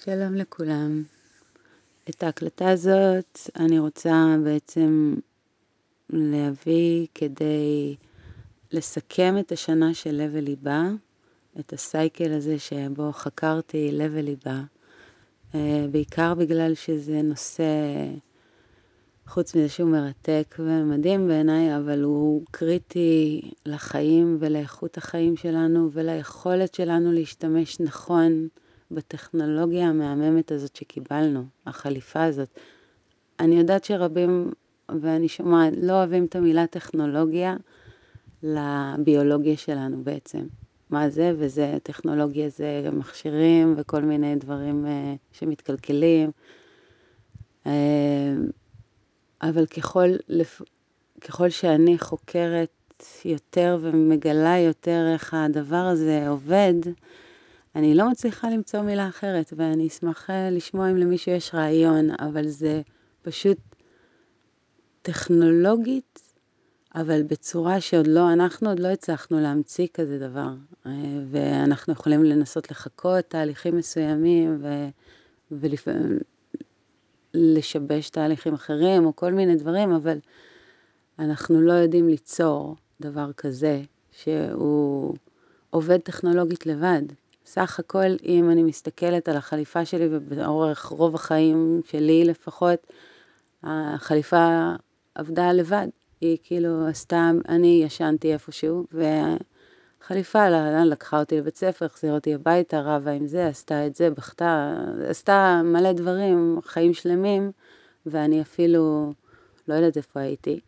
שלום לכולם. את ההקלטה הזאת אני רוצה בעצם להביא כדי לסכם את השנה של לב וליבה, את הסייקל הזה שבו חקרתי לב וליבה, בעיקר בגלל שזה נושא, חוץ מזה שהוא מרתק ומדהים בעיניי, אבל הוא קריטי לחיים ולאיכות החיים שלנו וליכולת שלנו להשתמש נכון בטכנולוגיה המהממת הזאת שקיבלנו, החליפה הזאת. אני יודעת שרבים, ואני שומעת, לא אוהבים את המילה טכנולוגיה לביולוגיה שלנו בעצם. מה זה? וזה טכנולוגיה, זה מכשירים וכל מיני דברים שמתקלקלים. אבל ככל שאני חוקרת יותר ומגלה יותר איך הדבר הזה עובד, אני לא מצליחה למצוא מילה אחרת, ואני אשמח לשמוע אם למישהו יש רעיון, אבל זה פשוט טכנולוגית, אבל בצורה אנחנו עוד לא הצלחנו להמציא כזה דבר, ואנחנו יכולים לנסות לחכות תהליכים מסוימים, ולשבש תהליכים אחרים, או כל מיני דברים, אבל אנחנו לא יודעים ליצור דבר כזה, שהוא עובד טכנולוגית לבד. סך הכל, אם אני מסתכלת על החליפה שלי, ובאורך רוב החיים שלי לפחות, החליפה עבדה לבד. היא כאילו עשתה, אני ישנתי איפשהו, והחליפה לקחה אותי לבית ספר, החזירה אותי הביתה, רבה עם זה, עשתה את זה, בכתה, עשתה מלא דברים, חיים שלמים, ואני אפילו לא יודעת איפה הייתי.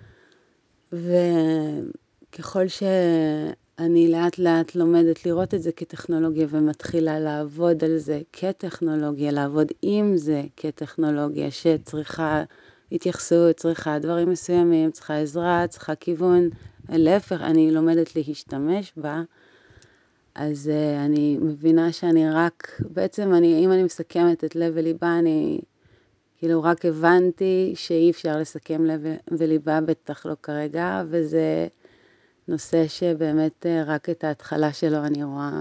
וככל שאני לאט לאט לומדת לראות את זה כטכנולוגיה ומתחילה לעבוד על זה כטכנולוגיה, לעבוד עם זה כטכנולוגיה שצריכה התייחסות, צריכה דברים מסוימים, צריכה עזרה, צריכה כיוון, להפך, אני לומדת להשתמש בה, אז אני מבינה שאני רק, בעצם אם אני מסכמת את לב וליבה, אני כאילו רק הבנתי שאי אפשר לסכם לב וליבה, בטח לא כרגע, וזה נושא שבאמת רק את ההתחלה שלו אני רואה,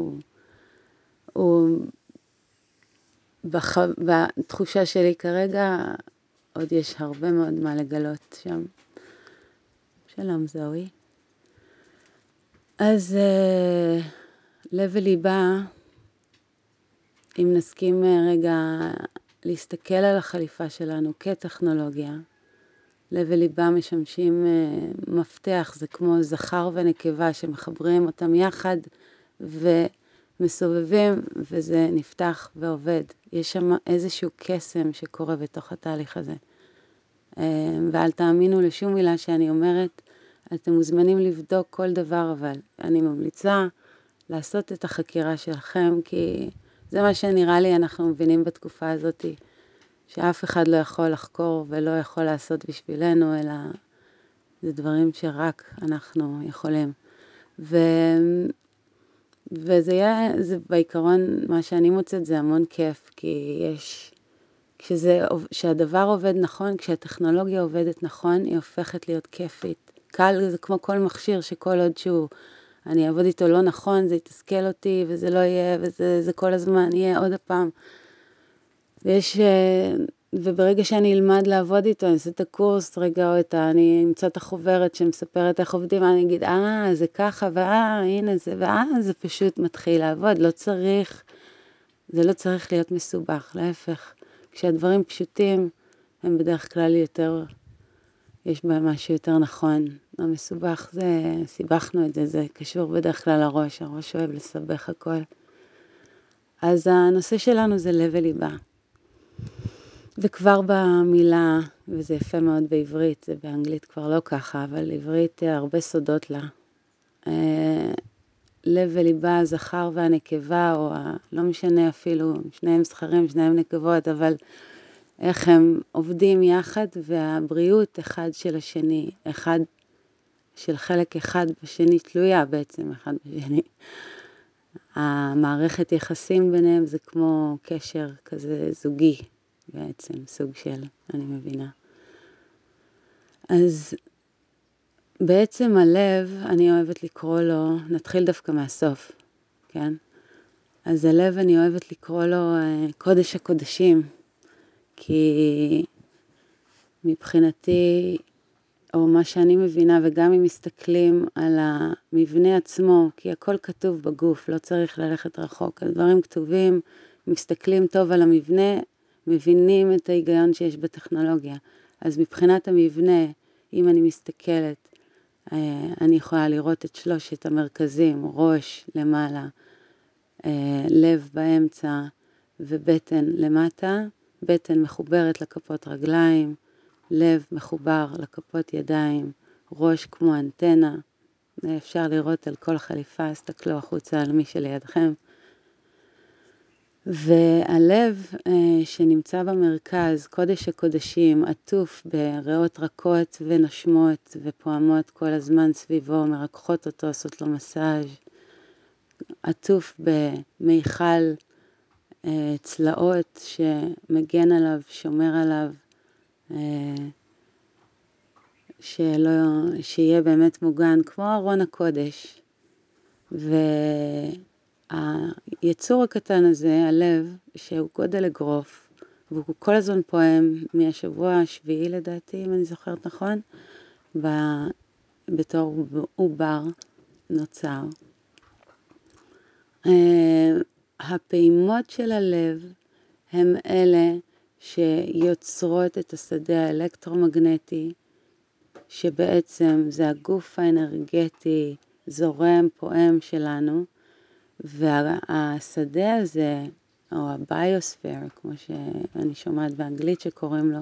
בתחושה שלי כרגע עוד יש הרבה מאוד מה לגלות שם. שלום זוהי. אז לב וליבה, אם נסכים רגע להסתכל על החליפה שלנו כטכנולוגיה, לב וליבה משמשים מפתח, זה כמו זכר ונקבה שמחברים אותם יחד ומסובבים, וזה נפתח ועובד. יש שם איזשהו קסם שקורה בתוך התהליך הזה. ואל תאמינו לשום מילה שאני אומרת, אתם מוזמנים לבדוק כל דבר, אבל אני ממליצה לעשות את החקירה שלכם, כי זה מה שנראה לי אנחנו מבינים בתקופה הזאת, שאף אחד לא יכול לחקור ולא יכול לעשות בשבילנו, אלא זה דברים שרק אנחנו יכולים. וזה יהיה, זה בעיקרון, מה שאני מוצאת זה המון כיף, כי כשהדבר עובד נכון, כשהטכנולוגיה עובדת נכון, היא הופכת להיות כיפית. קל, זה כמו כל מכשיר שכל עוד אני אעבוד איתו לא נכון, זה יתסכל אותי, וזה לא יהיה, וזה כל הזמן יהיה עוד הפעם. וברגע שאני אלמד לעבוד איתו, אני אעשה את הקורס רגע, אני אמצא את החוברת שמספרת איך עובדים, אני אגיד, זה ככה, הנה זה, זה פשוט מתחיל לעבוד, זה לא צריך להיות מסובך, להפך. כשהדברים פשוטים, הם בדרך כלל יש בהם משהו יותר נכון. המסובך סיבכנו את זה, זה קשור בדרך כלל לראש, הראש אוהב לסבך הכל. אז הנושא שלנו זה לב וליבה. וכבר במילה, וזה יפה מאוד בעברית, זה באנגלית כבר לא ככה, אבל עברית הרבה סודות לה. לב וליבה, הזכר והנקבה, או לא משנה אפילו, שניהם זכרים, שניהם נקבות, אבל איך הם עובדים יחד, והבריאות אחד של השני, אחד של חלק אחד בשני, תלויה בעצם אחד בשני. המערכת יחסים ביניהם זה כמו קשר כזה זוגי, בעצם סוג של, אני מבינה. אז בעצם הלב, אני אוהבת לקרוא לו, נתחיל דווקא מהסוף, כן? אז הלב אני אוהבת לקרוא לו קודש הקודשים, כי מבחינתי, או מה שאני מבינה, וגם אם מסתכלים על המבנה עצמו, כי הכל כתוב בגוף, לא צריך ללכת רחוק. הדברים כתובים, מסתכלים טוב על המבנה, מבינים את ההיגיון שיש בטכנולוגיה. אז מבחינת המבנה, אם אני מסתכלת, אני יכולה לראות את שלושת המרכזים, ראש למעלה, לב באמצע ובטן למטה. בטן מחוברת לכפות רגליים, לב מחובר לכפות ידיים, ראש כמו אנטנה. אפשר לראות על כל החליפה, הסתכלו החוצה על מי שלידכם. והלב שנמצא במרכז, קודש הקודשים, עטוף בריאות רכות ונשמות ופועמות כל הזמן סביבו, מרככות אותו, עושות לו מסאז', עטוף במיכל צלעות שמגן עליו, שומר עליו, שיהיה באמת מוגן, כמו ארון הקודש. והיצור הקטן הזה, הלב, שהוא גודל אגרוף, והוא כל הזמן פועם מהשבוע השביעי לדעתי, אם אני זוכרת נכון, בתור עובר נוצר. הפעימות של הלב הם אלה שיוצרות את השדה האלקטרומגנטי, שבעצם זה הגוף האנרגטי זורם, פועם שלנו, והשדה הזה, או הביוספר, כמו שאני שומעת באנגלית שקוראים לו,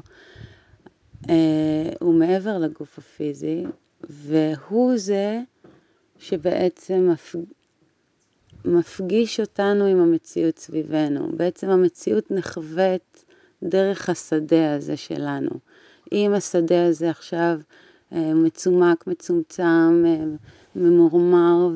הוא מעבר לגוף הפיזי, והוא זה שבעצם מפגיש אותנו עם המציאות סביבנו. בעצם המציאות נחוות דרך השדה הזה שלנו. אם השדה הזה עכשיו מצומק, מצומצם, ממורמר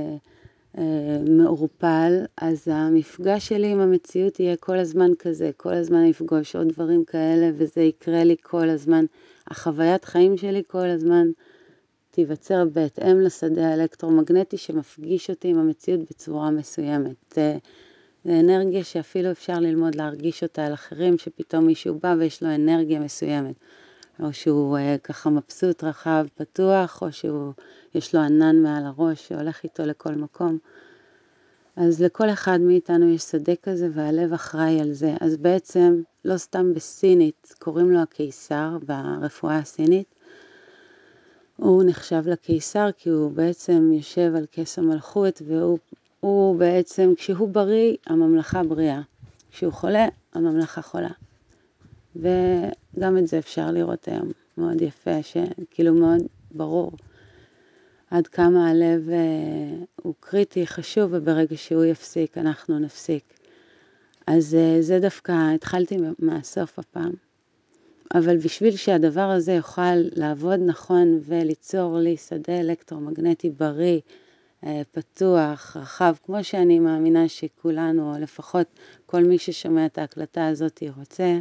ומעורפל, אז המפגש שלי עם המציאות יהיה כל הזמן כזה, כל הזמן יפגוש עוד דברים כאלה, וזה יקרה לי כל הזמן. החוויית חיים שלי כל הזמן תיווצר בהתאם לשדה האלקטרומגנטי שמפגיש אותי עם המציאות בצורה מסוימת. זה אנרגיה שאפילו אפשר ללמוד להרגיש אותה על אחרים, שפתאום מישהו בא ויש לו אנרגיה מסוימת. או שהוא ככה מבסוט, רחב, פתוח, או שיש לו ענן מעל הראש שהולך איתו לכל מקום. אז לכל אחד מאיתנו יש שדה כזה, והלב אחראי על זה. אז בעצם, לא סתם בסינית, קוראים לו הקיסר, ברפואה הסינית. הוא נחשב לקיסר כי הוא בעצם יושב על כס המלכות, והוא בעצם, כשהוא בריא, הממלכה בריאה. כשהוא חולה, הממלכה חולה. וגם את זה אפשר לראות היום, מאוד יפה, שכאילו מאוד ברור עד כמה הלב הוא קריטי, חשוב, וברגע שהוא יפסיק, אנחנו נפסיק. אז זה דווקא, התחלתי מהסוף הפעם. אבל בשביל שהדבר הזה יוכל לעבוד נכון וליצור לי שדה אלקטרומגנטי בריא, פתוח, רחב, כמו שאני מאמינה שכולנו, או לפחות כל מי ששומע את ההקלטה הזאת רוצה,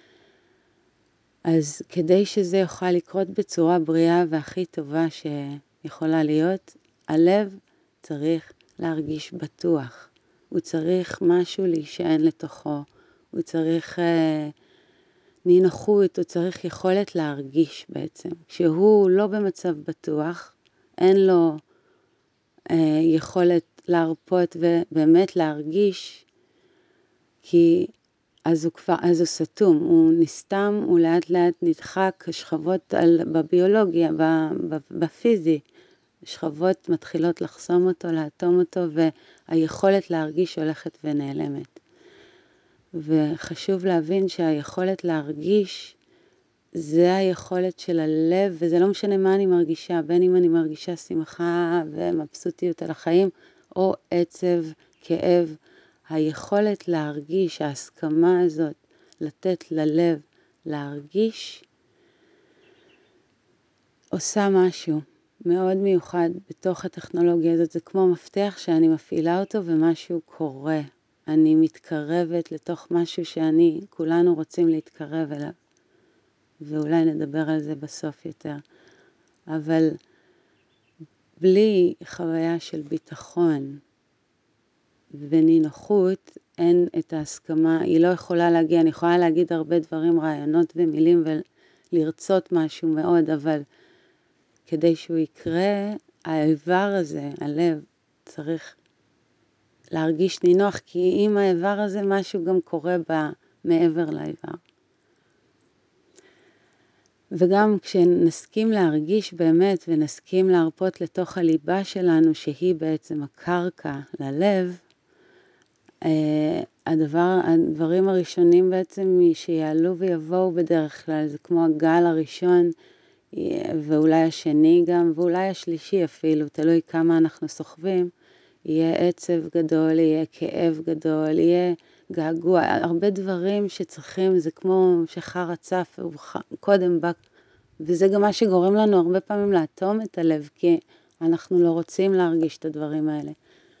אז כדי שזה יוכל לקרות בצורה בריאה והכי טובה שיכולה להיות, הלב צריך להרגיש בטוח. הוא צריך משהו להישען לתוכו. הוא צריך נינוחות, הוא צריך יכולת להרגיש בעצם. כשהוא לא במצב בטוח, אין לו יכולת להרפות ובאמת להרגיש, כי אז הוא סתום, הוא נסתם, הוא לאט לאט נדחק, שכבות בביולוגיה, בפיזי, שכבות מתחילות לחסום אותו, לאטום אותו, והיכולת להרגיש הולכת ונעלמת. וחשוב להבין שהיכולת להרגיש, זה היכולת של הלב, וזה לא משנה מה אני מרגישה, בין אם אני מרגישה שמחה ומבסוטיות על החיים, או עצב, כאב, היכולת להרגיש, ההסכמה הזאת, לתת ללב להרגיש, עושה משהו מאוד מיוחד בתוך הטכנולוגיה הזאת. זה כמו מפתח שאני מפעילה אותו ומשהו קורה. אני מתקרבת לתוך משהו כולנו רוצים להתקרב אליו. ואולי נדבר על זה בסוף יותר. אבל בלי חוויה של ביטחון, ונינוחות, אין את ההסכמה, היא לא יכולה להגיע, אני יכולה להגיד הרבה דברים, רעיונות ומילים ולרצות משהו מאוד, אבל כדי שהוא יקרה, האיבר הזה, הלב, צריך להרגיש נינוח, כי עם האיבר הזה משהו גם קורה מעבר לאיבר. וגם כשנסכים להרגיש באמת ונסכים להרפות לתוך הליבה שלנו, שהיא בעצם הקרקע ללב, הדברים הראשונים בעצם שיעלו ויבואו בדרך כלל, זה כמו הגל הראשון, ואולי השני גם, ואולי השלישי אפילו, תלוי כמה אנחנו סוחבים, יהיה עצב גדול, יהיה כאב גדול, יהיה געגוע, הרבה דברים שצריכים, זה כמו שחר הצף, קודם בא, וזה גם מה שגורם לנו הרבה פעמים לאטום את הלב, כי אנחנו לא רוצים להרגיש את הדברים האלה.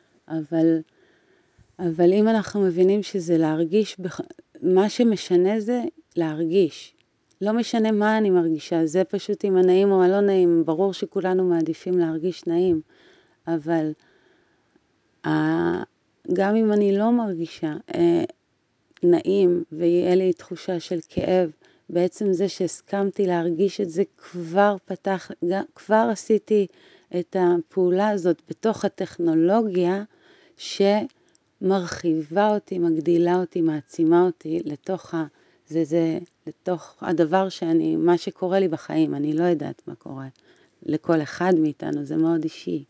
אבל אם אנחנו מבינים שזה להרגיש, מה שמשנה זה להרגיש. לא משנה מה אני מרגישה, זה פשוט אם הנעים או הלא נעים, ברור שכולנו מעדיפים להרגיש נעים, אבל גם אם אני לא מרגישה נעים ויהיה לי תחושה של כאב, בעצם זה שהסכמתי להרגיש את זה כבר עשיתי את הפעולה הזאת בתוך הטכנולוגיה שמרחיבה אותי, מגדילה אותי, מעצימה אותי לתוך לתוך הדבר מה שקורה לי בחיים, אני לא יודעת מה קורה. לכל אחד מאיתנו, זה מאוד אישי.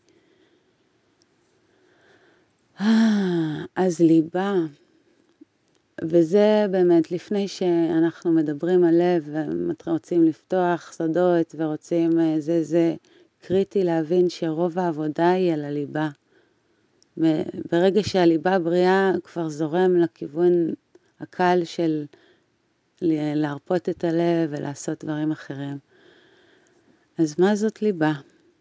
אז ליבה, וזה באמת לפני שאנחנו מדברים על לב ורוצים לפתוח שדות ורוצים, זה קריטי להבין שרוב העבודה היא על הליבה. ברגע שהליבה בריאה כבר זורם לכיוון הקל של להרפות את הלב ולעשות דברים אחרים. אז מה זאת ליבה?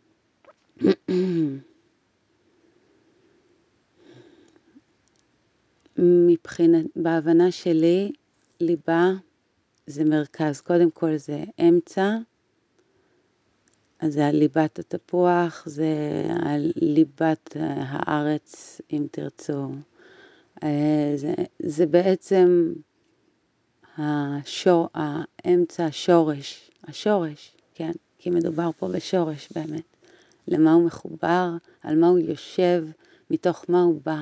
בהבנה שלי, ליבה זה מרכז. קודם כל זה אמצע, אז זה ליבת התפוח, זה ליבת הארץ, אם תרצו. זה בעצם האמצע, השורש, כן, כי מדובר פה בשורש באמת. למה הוא מחובר, על מה הוא יושב, מתוך מה הוא בא.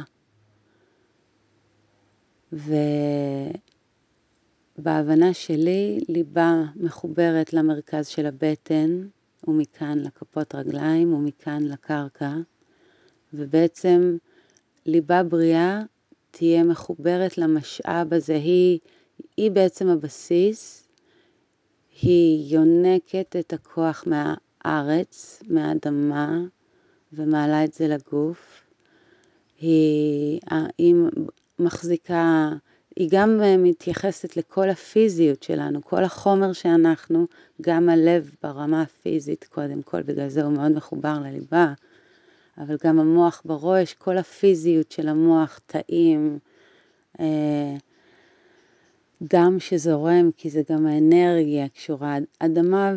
ובהבנה שלי, ליבה מחוברת למרכז של הבטן, ומכאן לכפות רגליים, ומכאן לקרקע, ובעצם ליבה בריאה תהיה מחוברת למשאב הזה, היא בעצם הבסיס, היא יונקת את הכוח מהארץ, מהאדמה, ומעלה את זה לגוף. היא מחזיקה, היא גם מתייחסת לכל הפיזיות שלנו, כל החומר שאנחנו, גם הלב ברמה הפיזית קודם כל, בגלל זה הוא מאוד מחובר לליבה, אבל גם המוח בראש, כל הפיזיות של המוח, תאים, דם שזורם, כי זה גם האנרגיה קשורה, אדמה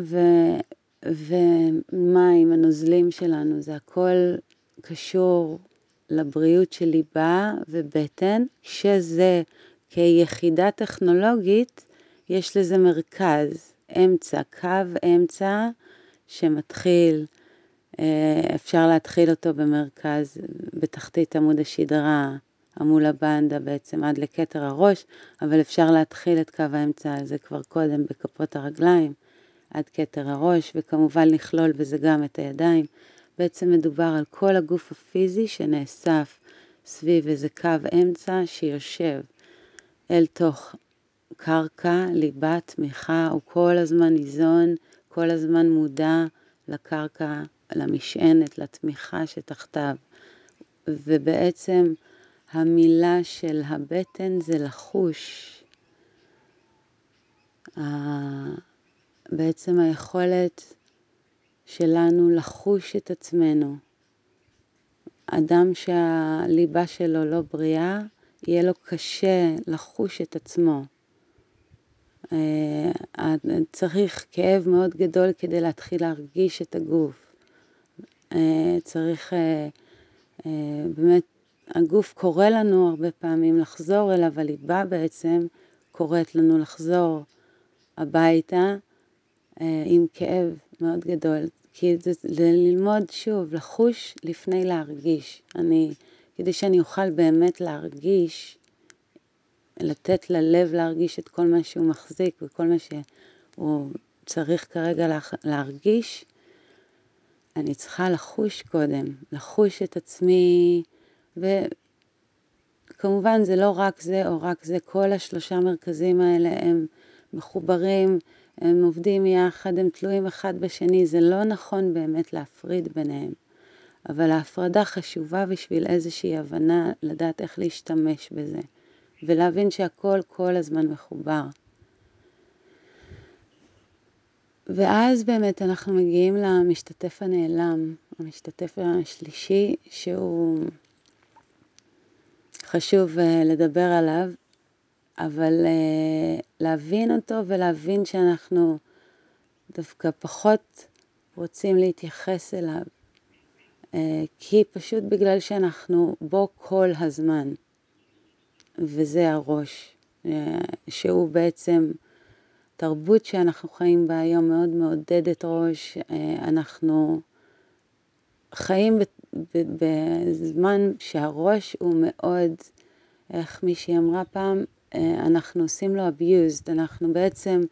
ומים, הנוזלים שלנו, זה הכל קשור לבריאות של ליבה ובטן, שזה כיחידה טכנולוגית, יש לזה מרכז, אמצע, קו אמצע שמתחיל, אפשר להתחיל אותו במרכז, בתחתית עמוד השדרה, עמול הבנדה בעצם עד לכתר הראש, אבל אפשר להתחיל את קו האמצע הזה כבר קודם בכפות הרגליים, עד כתר הראש, וכמובן לכלול בזה גם את הידיים. בעצם מדובר על כל הגוף הפיזי שנאסף סביב איזה קו אמצע שיושב אל תוך קרקע, ליבה, תמיכה, הוא כל הזמן ניזון, כל הזמן מודע לקרקע, למשענת, לתמיכה שתחתיו. ובעצם המילה של הבטן זה לחוש. בעצם היכולת שלנו לחוש את עצמנו. אדם שהליבה שלו לא בריאה, יהיה לו קשה לחוש את עצמו. צריך כאב מאוד גדול כדי להתחיל להרגיש את הגוף. צריך באמת הגוף קורא לנו הרבה פעמים לחזור אליו, הליבה בעצם קוראת לנו לחזור הביתה עם כאב מאוד גדול. כי זה ללמוד שוב, לחוש לפני להרגיש. כדי שאני אוכל באמת להרגיש, לתת ללב להרגיש את כל מה שהוא מחזיק וכל מה שהוא צריך כרגע להרגיש, אני צריכה לחוש קודם, לחוש את עצמי, וכמובן זה לא רק זה או רק זה, כל השלושה מרכזים האלה הם מחוברים, הם עובדים יחד, הם תלויים אחד בשני, זה לא נכון באמת להפריד ביניהם, אבל ההפרדה חשובה בשביל איזושהי הבנה, לדעת איך להשתמש בזה, ולהבין שהכל כל הזמן מחובר. ואז באמת אנחנו מגיעים למשתתף הנעלם, המשתתף השלישי, שהוא חשוב לדבר עליו, אבל להבין אותו ולהבין שאנחנו דווקא פחות רוצים להתייחס אליו, כי פשוט בגלל שאנחנו בו כל הזמן, וזה הראש, שהוא בעצם תרבות שאנחנו חיים בה היום מאוד מעודדת ראש, אנחנו חיים בזמן שהראש הוא מאוד, איך מישהי אמרה פעם, אנחנו עושים לו abused, אנחנו בעצם,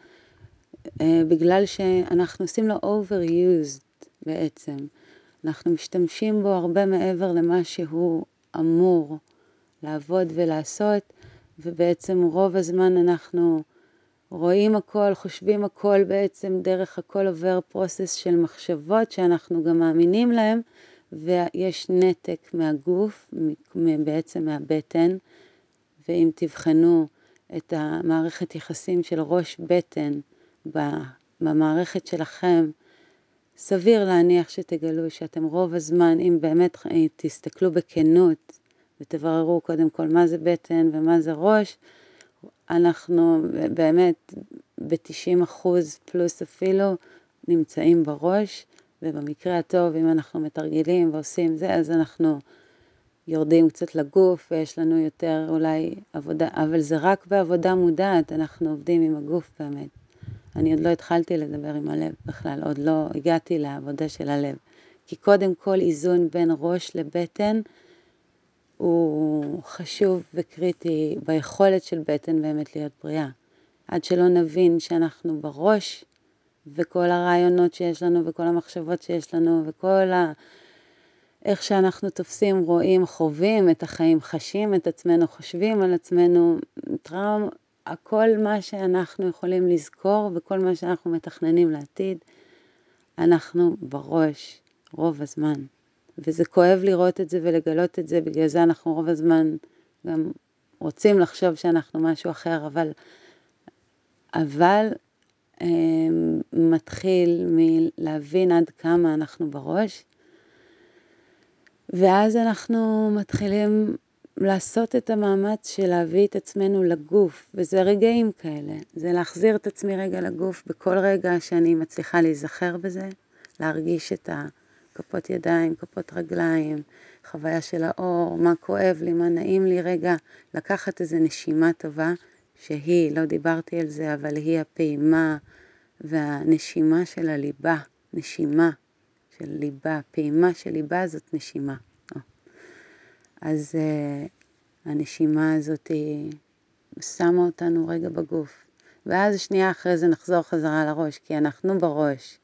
בגלל שאנחנו עושים לו overused בעצם, אנחנו משתמשים בו הרבה מעבר למה שהוא אמור לעבוד ולעשות, ובעצם רוב הזמן אנחנו רואים הכל, חושבים הכל בעצם דרך הכל עובר פרוסס של מחשבות שאנחנו גם מאמינים להם, ויש נתק מהגוף, בעצם מהבטן, ואם תבחנו את המערכת יחסים של ראש בטן במערכת שלכם, סביר להניח שתגלו שאתם רוב הזמן, אם באמת תסתכלו בכנות, ותבררו קודם כל מה זה בטן ומה זה ראש, אנחנו באמת ב-90% פלוס אפילו נמצאים בראש, ובמקרה הטוב אם אנחנו מתרגלים ועושים זה, אז אנחנו יורדים קצת לגוף ויש לנו יותר אולי עבודה, אבל זה רק בעבודה מודעת, אנחנו עובדים עם הגוף באמת. אני עוד לא התחלתי לדבר עם הלב בכלל, עוד לא הגעתי לעבודה של הלב, כי קודם כל איזון בין ראש לבטן, הוא חשוב וקריטי ביכולת של בטן באמת להיות בריאה. עד שלא נבין שאנחנו בראש, וכל הרעיונות שיש לנו, וכל המחשבות שיש לנו, איך שאנחנו תופסים, רואים, חווים את החיים, חשים את עצמנו, חושבים על עצמנו, הכל מה שאנחנו יכולים לזכור, וכל מה שאנחנו מתכננים לעתיד, אנחנו בראש רוב הזמן. וזה כואב לראות את זה ולגלות את זה, בגלל זה אנחנו רוב הזמן גם רוצים לחשוב שאנחנו משהו אחר, אבל מתחיל מלהבין עד כמה אנחנו בראש, ואז אנחנו מתחילים לעשות את המאמץ של להביא את עצמנו לגוף, וזה רגעים כאלה, זה להחזיר את עצמי רגע לגוף, בכל רגע שאני מצליחה להיזכר בזה, להרגיש את כפות ידיים, כפות רגליים, חוויה של האור, מה כואב לי, מה נעים לי רגע, לקחת איזו נשימה טובה, שהיא, לא דיברתי על זה, אבל היא הפעימה והנשימה של הליבה, נשימה של ליבה, פעימה של ליבה זאת נשימה. אז הנשימה הזאת היא שמה אותנו רגע בגוף, ואז שנייה אחרי זה נחזור חזרה לראש, כי אנחנו בראש.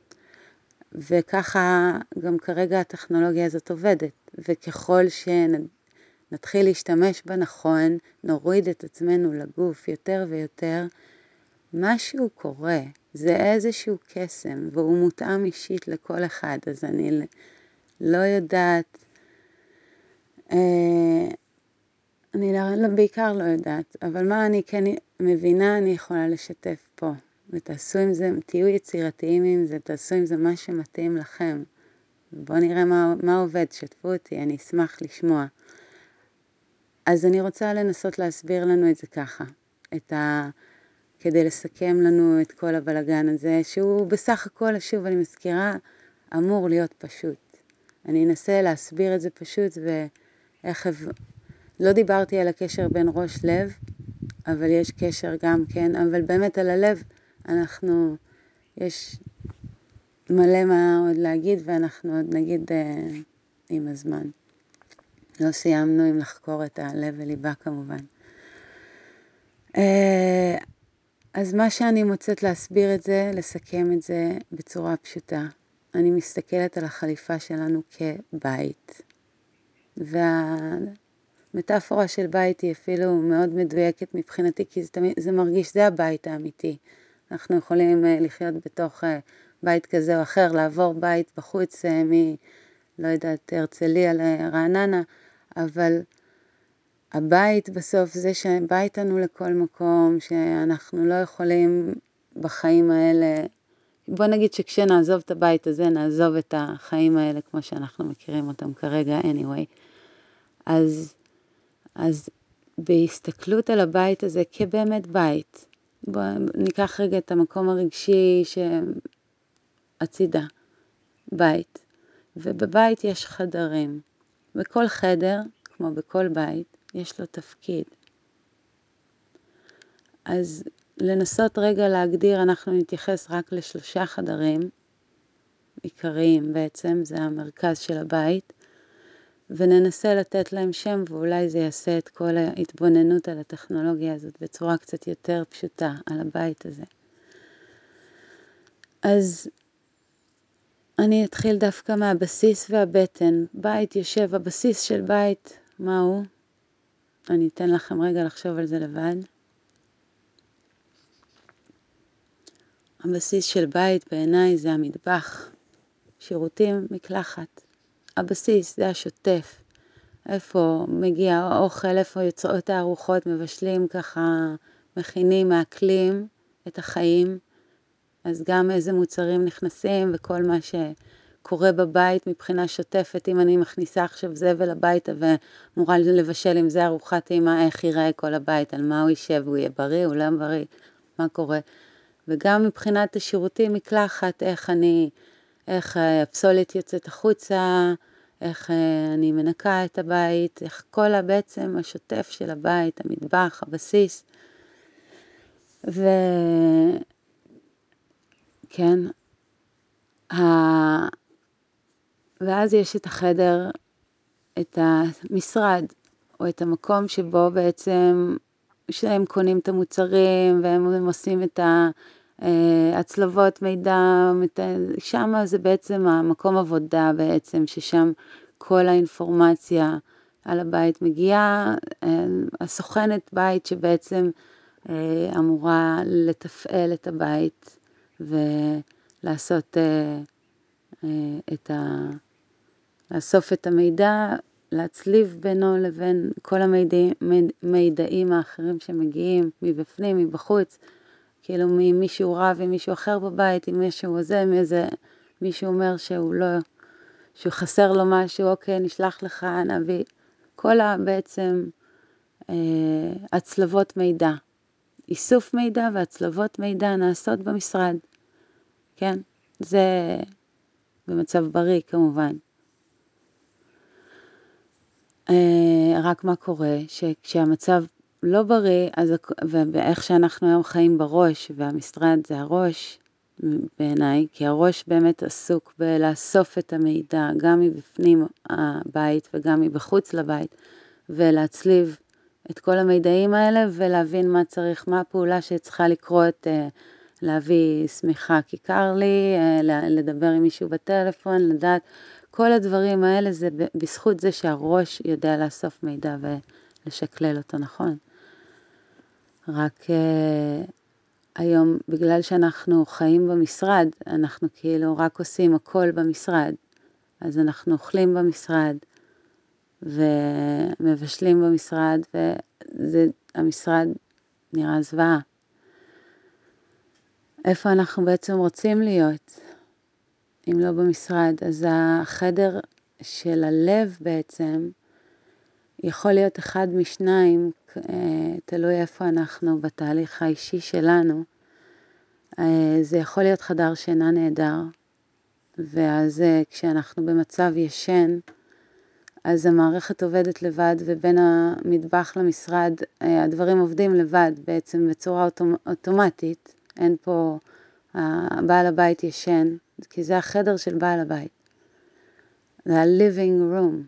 וככה גם כרגע הטכנולוגיה הזאת עובדת, וככל שנתחיל להשתמש בה נכון, נוריד את עצמנו לגוף יותר ויותר, משהו קורה, זה איזשהו קסם, והוא מותאם אישית לכל אחד, אז אני לא יודעת, אני בעיקר לא יודעת, אבל מה אני כן מבינה, אני יכולה לשתף פה. ותעשו עם זה, תהיו יצירתיים עם זה, תעשו עם זה מה שמתאים לכם. בואו נראה מה עובד, שתפו אותי, אני אשמח לשמוע. אז אני רוצה לנסות להסביר לנו את זה ככה, כדי לסכם לנו את כל הבלגן הזה, שהוא בסך הכל, שוב אני מזכירה, אמור להיות פשוט. אני אנסה להסביר את זה פשוט לא דיברתי על הקשר בין ראש לב, אבל יש קשר גם כן, אבל באמת על הלב יש מלא מה עוד להגיד, ואנחנו עוד נגיד עם הזמן. לא סיימנו עם לחקור את הלב וליבה כמובן. אז מה שאני מוצאת להסביר את זה, לסכם את זה בצורה פשוטה. אני מסתכלת על החליפה שלנו כבית. והמטאפורה של בית היא אפילו מאוד מדויקת מבחינתי, כי זה מרגיש, זה הבית האמיתי. אנחנו יכולים לחיות בתוך בית כזה או אחר, לעבור בית בחוץ לא יודעת, הרצליה לרעננה, אבל הבית בסוף זה שבית לנו לכל מקום, שאנחנו לא יכולים בחיים האלה, בוא נגיד שכשנעזוב את הבית הזה, נעזוב את החיים האלה כמו שאנחנו מכירים אותם כרגע, anyway. אז בהסתכלות על הבית הזה כבאמת בית, בוא ניקח רגע את המקום הרגשי שהצידה, בית. ובבית יש חדרים. בכל חדר, כמו בכל בית, יש לו תפקיד. אז לנסות רגע להגדיר, אנחנו נתייחס רק ל3 חדרים עיקריים בעצם, זה המרכז של הבית, וננסה לתת להם שם, ואולי זה יעשה את כל ההתבוננות על הטכנולוגיה הזאת בצורה קצת יותר פשוטה, על הבית הזה. אז אני אתחיל דווקא מהבסיס והבטן. בית יושב, הבסיס של בית, מהו? אני אתן לכם רגע לחשוב על זה לבד. הבסיס של בית בעיניי זה המטבח, שירותים, מקלחת. הבסיס זה השוטף. איפה מגיע האוכל, איפה יוצאות הארוחות, מבשלים ככה, מכינים, מעכלים את החיים. אז גם איזה מוצרים נכנסים וכל מה שקורה בבית מבחינה שוטפת, אם אני מכניסה עכשיו זבל הביתה ומורה לבשל עם זה ארוחת טעימה, איך ייראה כל הבית, על מה הוא יישב, הוא יהיה בריא, הוא לא בריא, מה קורה. וגם מבחינת השירותים מקלחת, איך הפסולת יוצאת החוצה, איך אני מנקה את הבית, איך כל בעצם השוטף של הבית, המטבח, הבסיס. כן, ואז יש את החדר, את המשרד, או את המקום שבו בעצם, שהם קונים את המוצרים, והם עושים את הצלבות מידע, שם זה בעצם המקום עבודה בעצם, ששם כל האינפורמציה על הבית מגיעה, הסוכנת בית שבעצם אמורה לתפעל את הבית, ולעשות לאסוף את המידע, להצליב בינו לבין כל המידעים האחרים שמגיעים מבפנים, מבחוץ, כאילו ממישהו רב עם מישהו אחר בבית, עם מישהו הזה, מישהו אומר שהוא חסר לו משהו, אוקיי, נשלח לך, נביא, כל בעצם הצלבות מידע, איסוף מידע והצלבות מידע נעשות במשרד, כן? זה במצב בריא כמובן. רק מה קורה, שכשהמצב לא בריא, ואיך שאנחנו היום חיים בראש, והמשרד זה הראש בעיניי, כי הראש באמת עסוק בלאסוף את המידע, גם מבפנים הבית וגם מבחוץ לבית, ולהצליב את כל המידעים האלה, ולהבין מה צריך, מה הפעולה שצריכה לקרות, להביא סמיכה כי קר לי, לדבר עם מישהו בטלפון, לדעת, כל הדברים האלה זה בזכות זה שהראש יודע לאסוף מידע ולשקלל אותו, נכון? רק היום, בגלל שאנחנו חיים במשרד, אנחנו כאילו רק עושים הכל במשרד, אז אנחנו אוכלים במשרד, ומבשלים במשרד, והמשרד נראה זוועה. איפה אנחנו בעצם רוצים להיות, אם לא במשרד? אז החדר של הלב בעצם, יכול להיות אחד משניים, תלוי איפה אנחנו בתהליך האישי שלנו. זה יכול להיות חדר שינה נהדר, ואז כשאנחנו במצב ישן, אז המערכת עובדת לבד, ובין המטבח למשרד, הדברים עובדים לבד בעצם בצורה אוטומטית. אין פה, בעל הבית ישן, כי זה החדר של בעל הבית. זה ה-living room.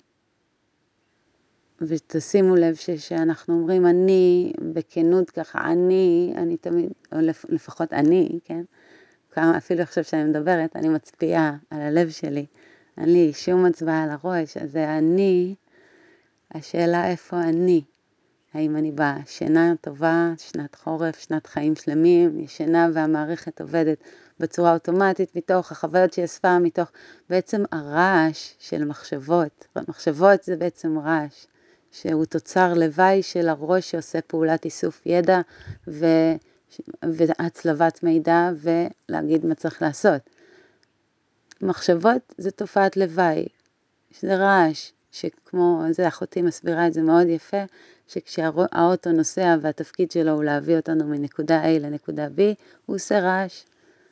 ותשימו לב שאנחנו אומרים אני, בכנות ככה, אני תמיד, או לפחות אני, כן? אפילו עכשיו שאני מדברת, אני מצביעה על הלב שלי. אין לי שום הצבעה על הראש, אז זה אני, השאלה איפה אני. האם אני בשינה טובה, שנת חורף, שנת חיים שלמים, ישנה והמערכת עובדת בצורה אוטומטית מתוך החוויות שהיא אספה, מתוך בעצם הרעש של מחשבות. מחשבות זה בעצם רעש, שהוא תוצר לוואי של הראש שעושה פעולת איסוף ידע והצלבת מידע ולהגיד מה צריך לעשות. מחשבות זה תופעת לוואי, שזה רעש, שכמו, זה אחותי מסבירה את זה מאוד יפה, שכשהאוטו נוסע והתפקיד שלו הוא להביא אותנו מנקודה A לנקודה B, הוא עושה רעש.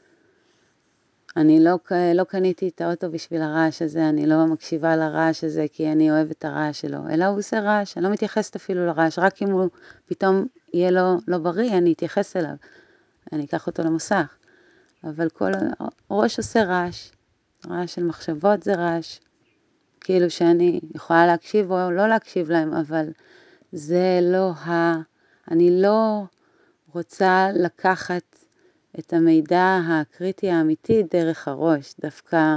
אני לא קניתי את האוטו בשביל הרעש הזה, אני לא מקשיבה לרעש הזה כי אני אוהבת את הרעש שלו, אלא הוא עושה רעש, אני לא מתייחסת אפילו לרעש, רק אם הוא פתאום יהיה לו לא בריא, אני אתייחס אליו, אני אקח אותו למוסך. אבל כל ראש עושה רעש, רעש של מחשבות זה רעש, כאילו שאני יכולה להקשיב או לא להקשיב להם, אבל זה לא אני לא רוצה לקחת את המידע הקריטי האמיתי דרך הראש, דווקא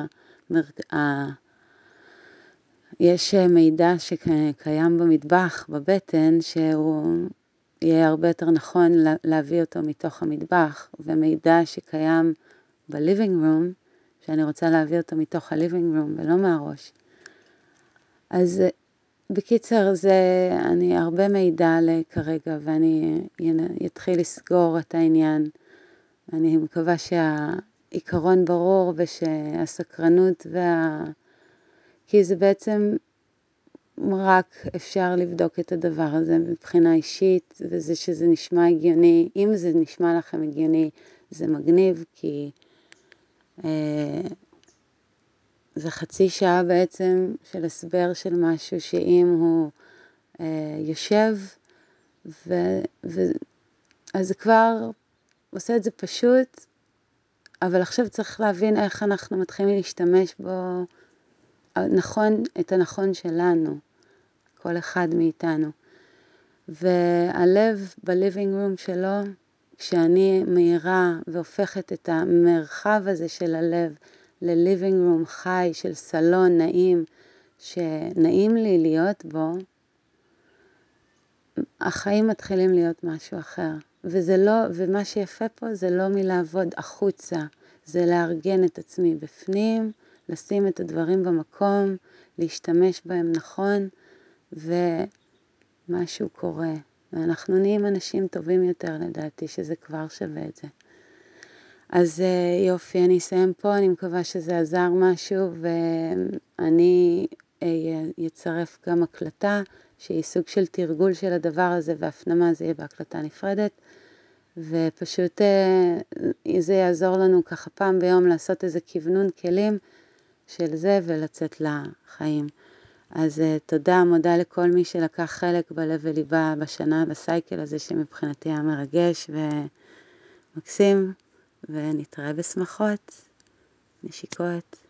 יש מידע שקיים במטבח, בבטן, שהוא יהיה הרבה יותר נכון להביא אותו מתוך המטבח, ומידע שקיים ב-living room, שאני רוצה להביא אותו מתוך ה-living room ולא מהראש. אז בקיצר, אני הרבה מידע כרגע, ואני אתחיל לסגור את העניין. אני מקווה שהעיקרון ברור, ושהסקרנות כי זה בעצם רק אפשר לבדוק את הדבר הזה מבחינה אישית, וזה שזה נשמע הגיוני. אם זה נשמע לכם הגיוני, זה מגניב, כי זה חצי שעה בעצם של הסבר של משהו שאם הוא יושב, אז זה כבר עושה את זה פשוט, אבל עכשיו צריך להבין איך אנחנו מתחילים להשתמש בו נכון, את הנכון שלנו, כל אחד מאיתנו. והלב בליבינג רום שלו, כשאני מהירה והופכת את המרחב הזה של הלב לליבינג רום חי, של סלון נעים, שנעים לי להיות בו, החיים מתחילים להיות משהו אחר. ומה שיפה פה זה לא מלעבוד החוצה, זה לארגן את עצמי בפנים, לשים את הדברים במקום, להשתמש בהם נכון, ומשהו קורה. ואנחנו נהיים אנשים טובים יותר לדעתי, שזה כבר שווה את זה. אז יופי, אני אסיים פה, אני מקווה שזה עזר משהו, ואני יצרף גם הקלטה, שהיא סוג של תרגול של הדבר הזה, והפנמה זה יהיה בהקלטה נפרדת, ופשוט זה יעזור לנו ככה פעם ביום לעשות איזה כיוונון כלים של זה, ולצאת לחיים. אז תודה, מודה לכל מי שלקח חלק בלב וליבה בשנה, בסייקל הזה שמבחינתי היה מרגש ומקסים, ונתראה בשמחות, נשיקות.